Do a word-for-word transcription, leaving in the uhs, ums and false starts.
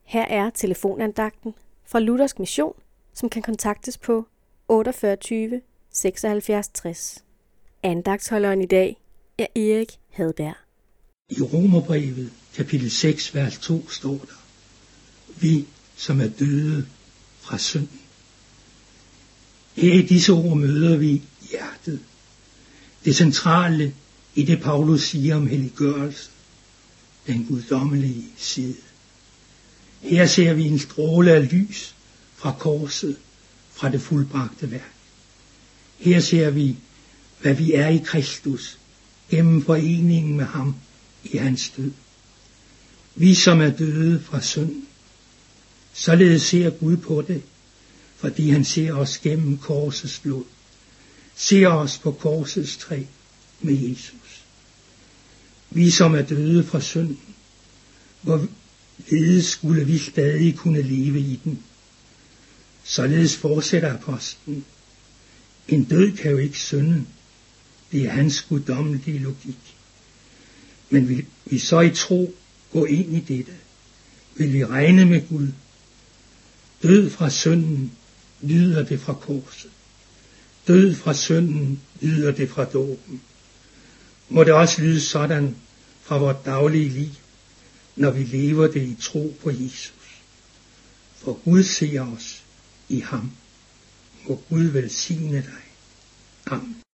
Her er telefonandagten fra Luthersk Mission, som kan kontaktes på otteogfyrre tyve seksoghalvfjerds tres. Andagtsholderen i dag er Erik Hadberg. I Romerbrevet, kapitel seks, vers to, står der: Vi, som er døde fra synden. Her i disse ord møder vi hjertet. Det centrale i det, Paulus siger om helliggørelse, den guddommelige side. Her ser vi en stråle af lys fra korset, fra det fuldbragte værk. Her ser vi, hvad vi er i Kristus, gennem foreningen med ham i hans død. Vi, som er døde fra synden. Således ser Gud på det, fordi han ser os gennem korsets blod. Ser os på korsets træ med Jesus. Vi, som er døde fra synden, hvorledes skulle vi stadig kunne leve i den. Således fortsætter apostlen. En død kan jo ikke synde. Det er hans guddommelige logik. Men vil vi så i tro gå ind i dette, vil vi regne med Gud. Død fra synden lyder det fra korset. Død fra synden lyder det fra dåben. Må det også lyde sådan fra vort daglige liv, når vi lever det i tro på Jesus. For Gud ser os i ham. Må Gud velsigne dig. Amen.